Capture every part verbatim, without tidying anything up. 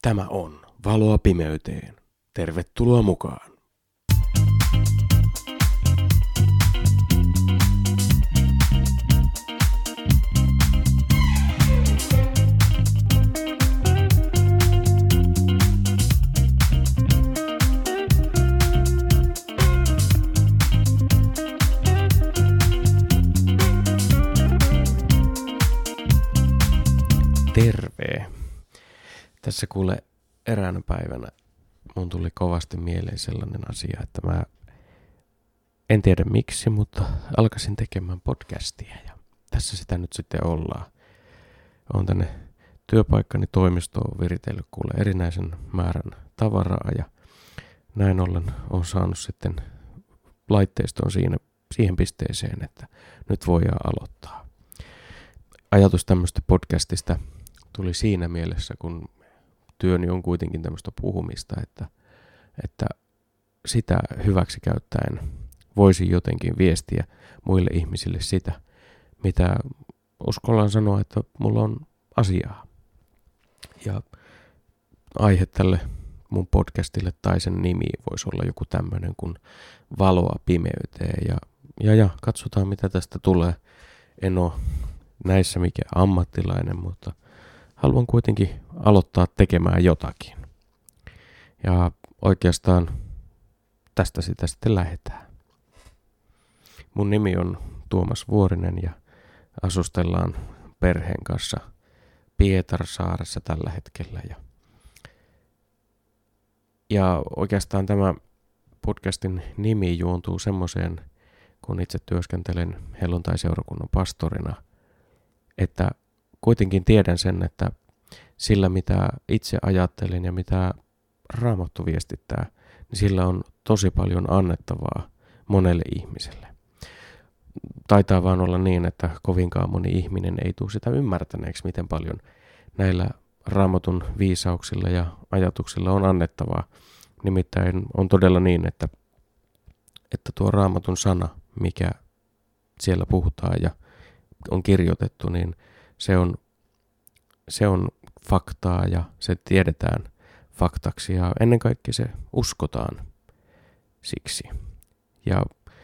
Tämä on Valoa pimeyteen. Tervetuloa mukaan. Terve. Tässä kuule eräänä päivänä mun tuli kovasti mieleen sellainen asia, että mä en tiedä miksi, mutta alkaisin tekemään podcastia ja tässä sitä nyt sitten ollaan. Oon tänne työpaikkani toimistoon viritellyt kuule erinäisen määrän tavaraa ja näin ollen on saanut sitten laitteiston siinä, siihen pisteeseen, että nyt voidaan aloittaa. Ajatus tämmöistä podcastista tuli siinä mielessä, kun työni on kuitenkin tämmöistä puhumista, että, että sitä hyväksi käyttäen voisi jotenkin viestiä muille ihmisille sitä, mitä uskallan sanoa, että mulla on asiaa. Ja aihe tälle mun podcastille tai sen nimi voisi olla joku tämmöinen kuin Valoa pimeyteen. Ja, ja, ja katsotaan mitä tästä tulee. En ole näissä mikään ammattilainen, mutta haluan kuitenkin aloittaa tekemään jotakin. Ja oikeastaan tästä sitä sitten lähdetään. Mun nimi on Tuomas Vuorinen ja asustellaan perheen kanssa Pietarsaaressa tällä hetkellä. Ja, ja oikeastaan tämä podcastin nimi juontuu semmoiseen, kun itse työskentelen helluntaiseurakunnan pastorina, että kuitenkin tiedän sen, että sillä mitä itse ajattelin ja mitä Raamattu viestittää, niin sillä on tosi paljon annettavaa monelle ihmiselle. Taitaa vaan olla niin, että kovinkaan moni ihminen ei tule sitä ymmärtäneeksi, miten paljon näillä Raamatun viisauksilla ja ajatuksilla on annettavaa. Nimittäin on todella niin, että, että tuo Raamatun sana, mikä siellä puhutaan ja on kirjoitettu, niin se on, se on faktaa ja se tiedetään faktaksi ja ennen kaikkea se uskotaan siksi. Ja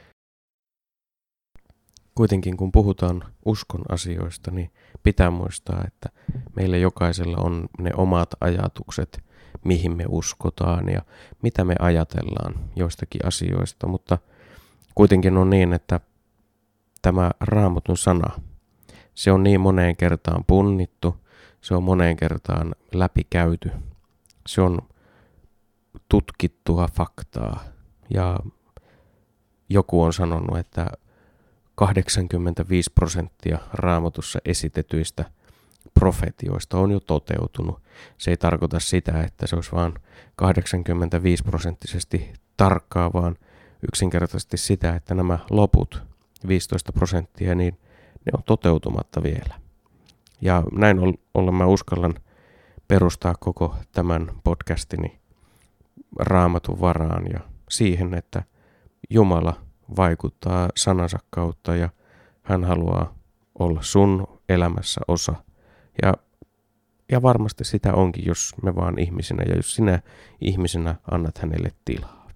kuitenkin kun puhutaan uskon asioista, niin pitää muistaa, että meillä jokaisella on ne omat ajatukset, mihin me uskotaan ja mitä me ajatellaan joistakin asioista, mutta kuitenkin on niin, että tämä Raamatun sana, se on niin moneen kertaan punnittu, se on moneen kertaan läpikäyty, se on tutkittua faktaa ja joku on sanonut, että kahdeksankymmentäviisi prosenttia Raamatussa esitetyistä profetioista on jo toteutunut. Se ei tarkoita sitä, että se olisi vain kahdeksankymmentäviisi prosenttisesti tarkkaa, vaan yksinkertaisesti sitä, että nämä loput viisitoista prosenttia, niin ne on toteutumatta vielä. Ja näin ollen mä uskallan perustaa koko tämän podcastini Raamatun varaan ja siihen, että Jumala vaikuttaa sanansa kautta ja hän haluaa olla sun elämässä osa. Ja, ja varmasti sitä onkin, jos me vaan ihmisinä ja jos sinä ihmisenä annat hänelle tilaa.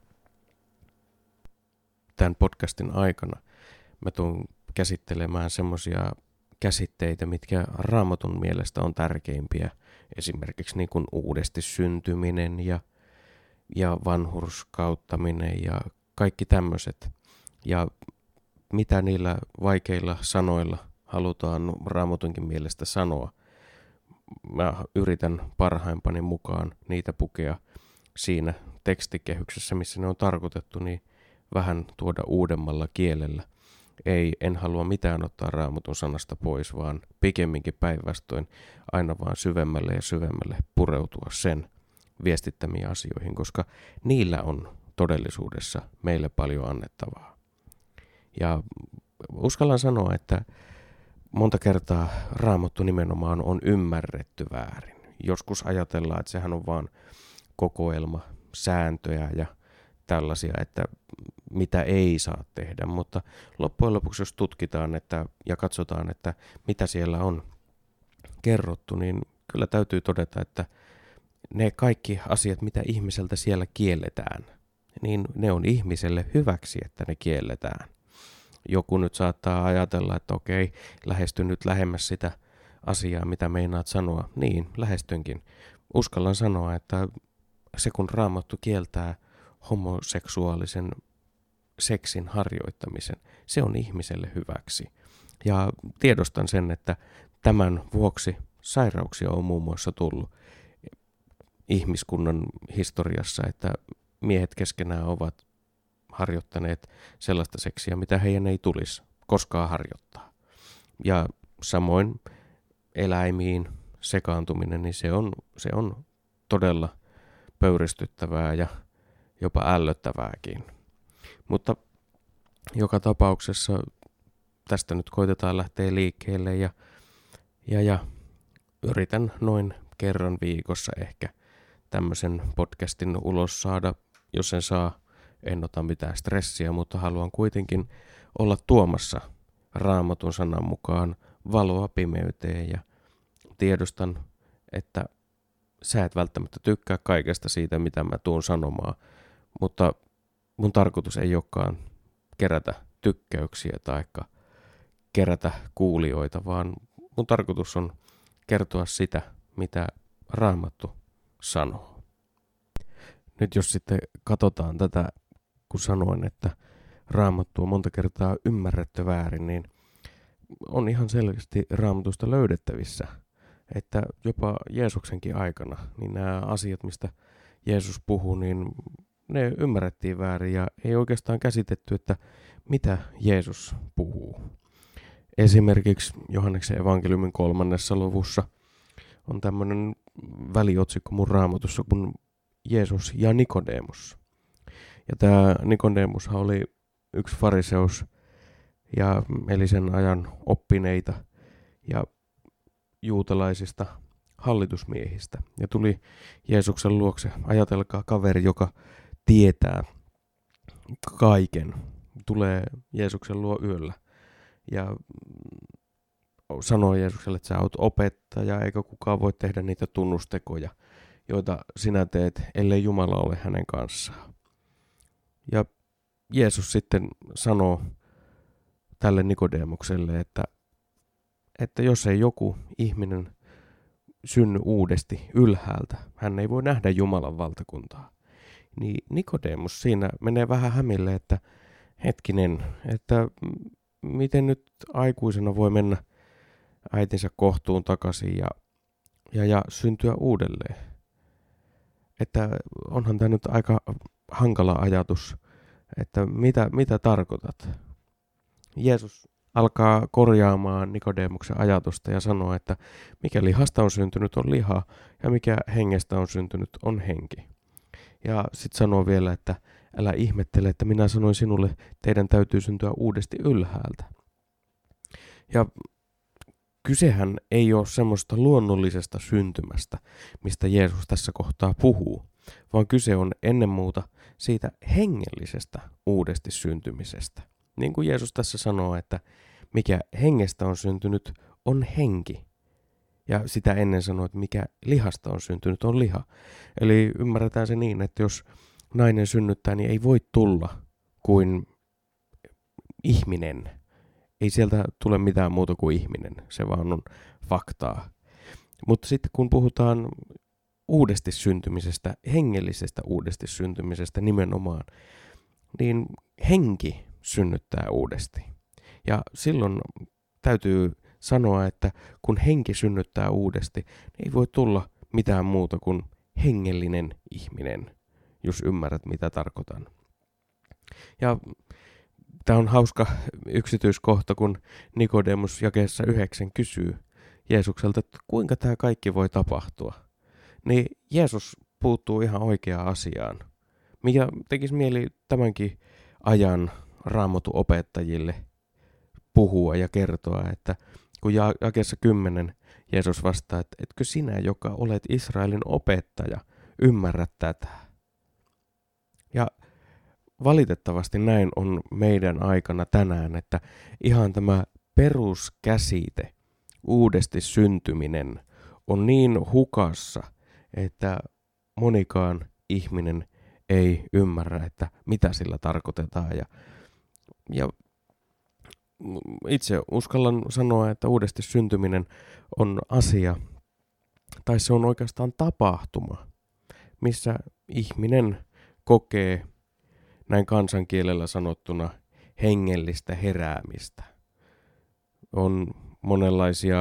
Tämän podcastin aikana mä tuun käsittelemään semmoisia käsitteitä, mitkä Raamatun mielestä on tärkeimpiä. Esimerkiksi niin kuin uudesti syntyminen ja, ja vanhurskauttaminen ja kaikki tämmöiset. Ja mitä niillä vaikeilla sanoilla halutaan Raamatunkin mielestä sanoa. Mä yritän parhaimpani mukaan niitä pukea siinä tekstikehyksessä, missä ne on tarkoitettu, niin vähän tuoda uudemmalla kielellä. Ei, en halua mitään ottaa Raamatun sanasta pois, vaan pikemminkin päinvastoin aina vaan syvemmälle ja syvemmälle pureutua sen viestittämiin asioihin, koska niillä on todellisuudessa meille paljon annettavaa. Ja uskallan sanoa, että monta kertaa Raamattu nimenomaan on ymmärretty väärin. Joskus ajatellaan, että sehän on vaan kokoelma sääntöjä ja tällaisia, että mitä ei saa tehdä, mutta loppujen lopuksi jos tutkitaan että, ja katsotaan, että mitä siellä on kerrottu, niin kyllä täytyy todeta, että ne kaikki asiat, mitä ihmiseltä siellä kielletään, niin ne on ihmiselle hyväksi, että ne kielletään. Joku nyt saattaa ajatella, että okei, lähesty nyt lähemmäs sitä asiaa, mitä meinaat sanoa. Niin, lähestynkin. Uskallan sanoa, että se kun Raamattu kieltää homoseksuaalisen seksin harjoittamisen, se on ihmiselle hyväksi. Ja tiedostan sen, että tämän vuoksi sairauksia on muun muassa tullut ihmiskunnan historiassa, että miehet keskenään ovat harjoittaneet sellaista seksiä, mitä heidän ei tulisi koskaan harjoittaa. Ja samoin eläimiin sekaantuminen, niin se on, se on todella pöyristyttävää ja jopa ällöttävääkin. Mutta joka tapauksessa tästä nyt koitetaan lähteä liikkeelle ja, ja, ja yritän noin kerran viikossa ehkä tämmöisen podcastin ulos saada, jos sen saa. En ota mitään stressiä, mutta haluan kuitenkin olla tuomassa Raamatun sanan mukaan valoa pimeyteen ja tiedostan, että sä et välttämättä tykkää kaikesta siitä, mitä mä tuun sanomaan, mutta mun tarkoitus ei olekaan kerätä tykkäyksiä tai kerätä kuulijoita, vaan mun tarkoitus on kertoa sitä, mitä Raamattu sanoo. Nyt jos sitten katsotaan tätä, kun sanoin, että Raamattu on monta kertaa ymmärretty väärin, niin on ihan selkeästi Raamatusta löydettävissä, että jopa Jeesuksenkin aikana, niin nämä asiat, mistä Jeesus puhuu, niin ne ymmärrettiin väärin ja ei oikeastaan käsitetty, että mitä Jeesus puhuu. Esimerkiksi Johanneksen evankeliumin kolmannessa luvussa on tämmöinen väliotsikko mun Raamatussa kuin Jeesus ja Nikodemus. Ja tämä Nikodemushan oli yksi fariseus ja eli sen ajan oppineita ja juutalaisista hallitusmiehistä. Ja tuli Jeesuksen luokse, ajatelkaa kaveri, joka tietää kaiken, tulee Jeesuksen luo yöllä ja sanoo Jeesukselle, että sä oot opettaja eikä kukaan voi tehdä niitä tunnustekoja, joita sinä teet, ellei Jumala ole hänen kanssaan. Ja Jeesus sitten sanoo tälle Nikodemukselle, että, että jos ei joku ihminen synny uudesti ylhäältä, hän ei voi nähdä Jumalan valtakuntaa. Niin Nikodemus siinä menee vähän hämille, että hetkinen, että miten nyt aikuisena voi mennä äitinsä kohtuun takaisin ja, ja, ja syntyä uudelleen. Että onhan tämä nyt aika hankala ajatus, että mitä, mitä tarkoitat. Jeesus alkaa korjaamaan Nikodemuksen ajatusta ja sanoo, että mikä lihasta on syntynyt on liha ja mikä hengestä on syntynyt on henki. Ja sitten sanoo vielä, että älä ihmettele, että minä sanoin sinulle, teidän täytyy syntyä uudesti ylhäältä. Ja kysehän ei ole semmoista luonnollisesta syntymästä, mistä Jeesus tässä kohtaa puhuu, vaan kyse on ennen muuta siitä hengellisestä uudesti syntymisestä. Niin kuin Jeesus tässä sanoo, että mikä hengestä on syntynyt on henki. Ja sitä ennen sanoo, että mikä lihasta on syntynyt on liha. Eli ymmärretään se niin, että jos nainen synnyttää, niin ei voi tulla kuin ihminen. Ei sieltä tule mitään muuta kuin ihminen, se vaan on faktaa. Mutta sitten kun puhutaan uudesti syntymisestä, hengellisestä uudesti syntymisestä nimenomaan, niin henki synnyttää uudesti. Ja silloin täytyy sanoa, että kun henki synnyttää uudesti, niin ei voi tulla mitään muuta kuin hengellinen ihminen, jos ymmärrät mitä tarkoitan. Ja tämä on hauska yksityiskohta, kun Nikodemus jakeessa yhdeksän kysyy Jeesukselta, että kuinka tämä kaikki voi tapahtua. Niin Jeesus puuttuu ihan oikeaan asiaan, mikä tekisi mieli tämänkin ajan Raamatun opettajille puhua ja kertoa, että kun jakeessa kymmenen Jeesus vastaa, että etkö sinä, joka olet Israelin opettaja, ymmärrä tätä. Ja valitettavasti näin on meidän aikana tänään, että ihan tämä peruskäsite, uudesti syntyminen, on niin hukassa, että monikaan ihminen ei ymmärrä, että mitä sillä tarkoitetaan. Ja, ja itse uskallan sanoa, että uudesti syntyminen on asia, tai se on oikeastaan tapahtuma, missä ihminen kokee näin kansankielellä sanottuna hengellistä heräämistä. On monenlaisia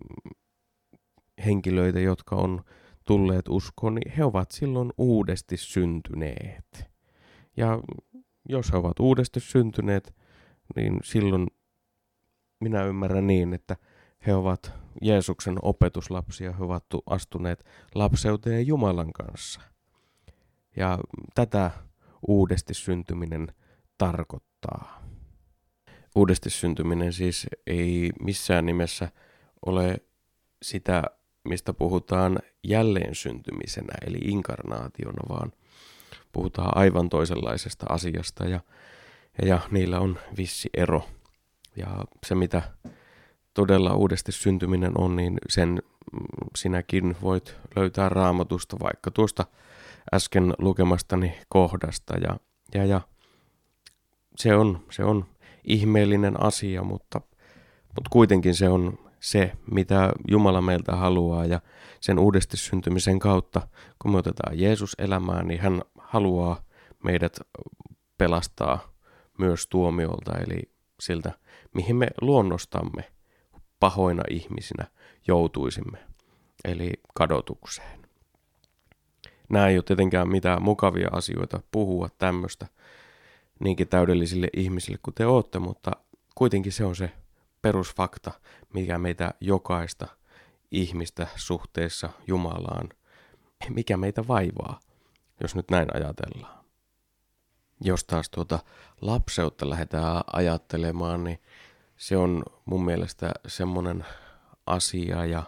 henkilöitä, jotka on tulleet uskoon, niin he ovat silloin uudesti syntyneet. Ja jos he ovat uudesti syntyneet, niin silloin minä ymmärrän niin, että he ovat Jeesuksen opetuslapsia, he ovat astuneet lapseuteen Jumalan kanssa. Ja tätä uudesti syntyminen tarkoittaa. Uudesti syntyminen siis ei missään nimessä ole sitä, mistä puhutaan jälleen syntymisenä, eli inkarnaationa, vaan puhutaan aivan toisenlaisesta asiasta ja, ja niillä on vissi ero. Ja se, mitä todella uudesti syntyminen on, niin sen sinäkin voit löytää Raamatusta vaikka tuosta äsken lukemastani kohdasta. Ja, ja, ja se on, se on ihmeellinen asia, mutta, mutta kuitenkin se on se, mitä Jumala meiltä haluaa. Ja sen uudesti syntymisen kautta, kun me otetaan Jeesus elämään, niin hän haluaa meidät pelastaa myös tuomiolta, eli siltä, mihin me luonnostamme pahoina ihmisinä joutuisimme, eli kadotukseen. Nämä ei ole tietenkään mitään mukavia asioita puhua tämmöistä niinkin täydellisille ihmisille kuin te ootte, mutta kuitenkin se on se perusfakta, mikä meitä jokaista ihmistä suhteessa Jumalaan, mikä meitä vaivaa, jos nyt näin ajatellaan. Jos taas tuota lapseutta lähdetään ajattelemaan, niin se on mun mielestä semmoinen asia ja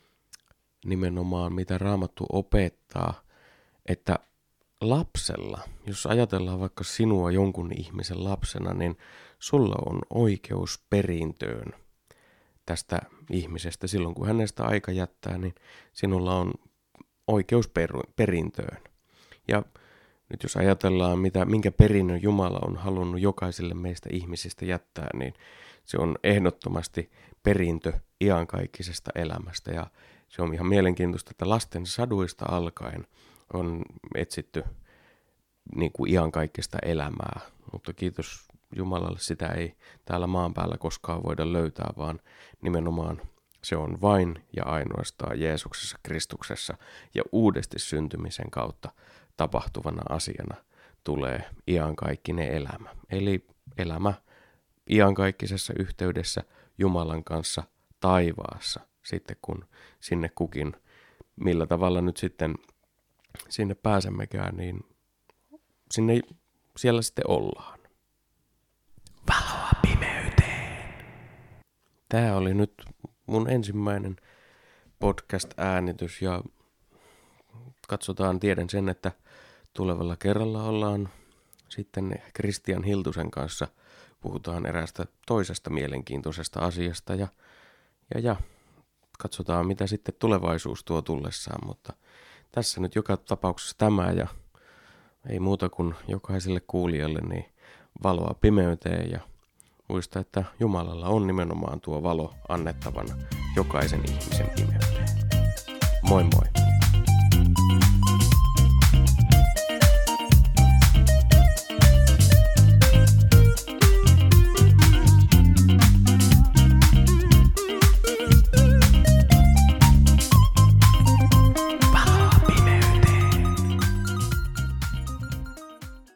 nimenomaan mitä Raamattu opettaa, että lapsella, jos ajatellaan vaikka sinua jonkun ihmisen lapsena, niin sulla on oikeus perintöön tästä ihmisestä. Silloin kun hänestä aika jättää, niin sinulla on oikeus per- perintöön. Ja nyt jos ajatellaan, mitä, minkä perinnön Jumala on halunnut jokaiselle meistä ihmisistä jättää, niin se on ehdottomasti perintö iankaikkisesta elämästä. Ja se on ihan mielenkiintoista, että lasten saduista alkaen on etsitty niin kuin iankaikkista elämää. Mutta kiitos Jumalalle, sitä ei täällä maan päällä koskaan voida löytää, vaan nimenomaan se on vain ja ainoastaan Jeesuksessa Kristuksessa ja uudesti syntymisen kautta tapahtuvana asiana tulee iankaikkinen elämä. Eli elämä iankaikkisessa yhteydessä Jumalan kanssa taivaassa, sitten kun sinne kukin, millä tavalla nyt sitten sinne pääsemmekään, niin sinne siellä sitten ollaan. Valoa pimeyteen. Tämä oli nyt mun ensimmäinen podcast-äänitys ja katsotaan, tiedän sen, että tulevalla kerralla ollaan sitten Kristian Hiltusen kanssa, puhutaan eräästä toisesta mielenkiintoisesta asiasta ja, ja, ja katsotaan, mitä sitten tulevaisuus tuo tullessaan, mutta tässä nyt joka tapauksessa tämä ja ei muuta kuin jokaiselle kuulijalle niin valoa pimeyteen ja muista, että Jumalalla on nimenomaan tuo valo annettavana jokaisen ihmisen pimeyteen. Moi moi!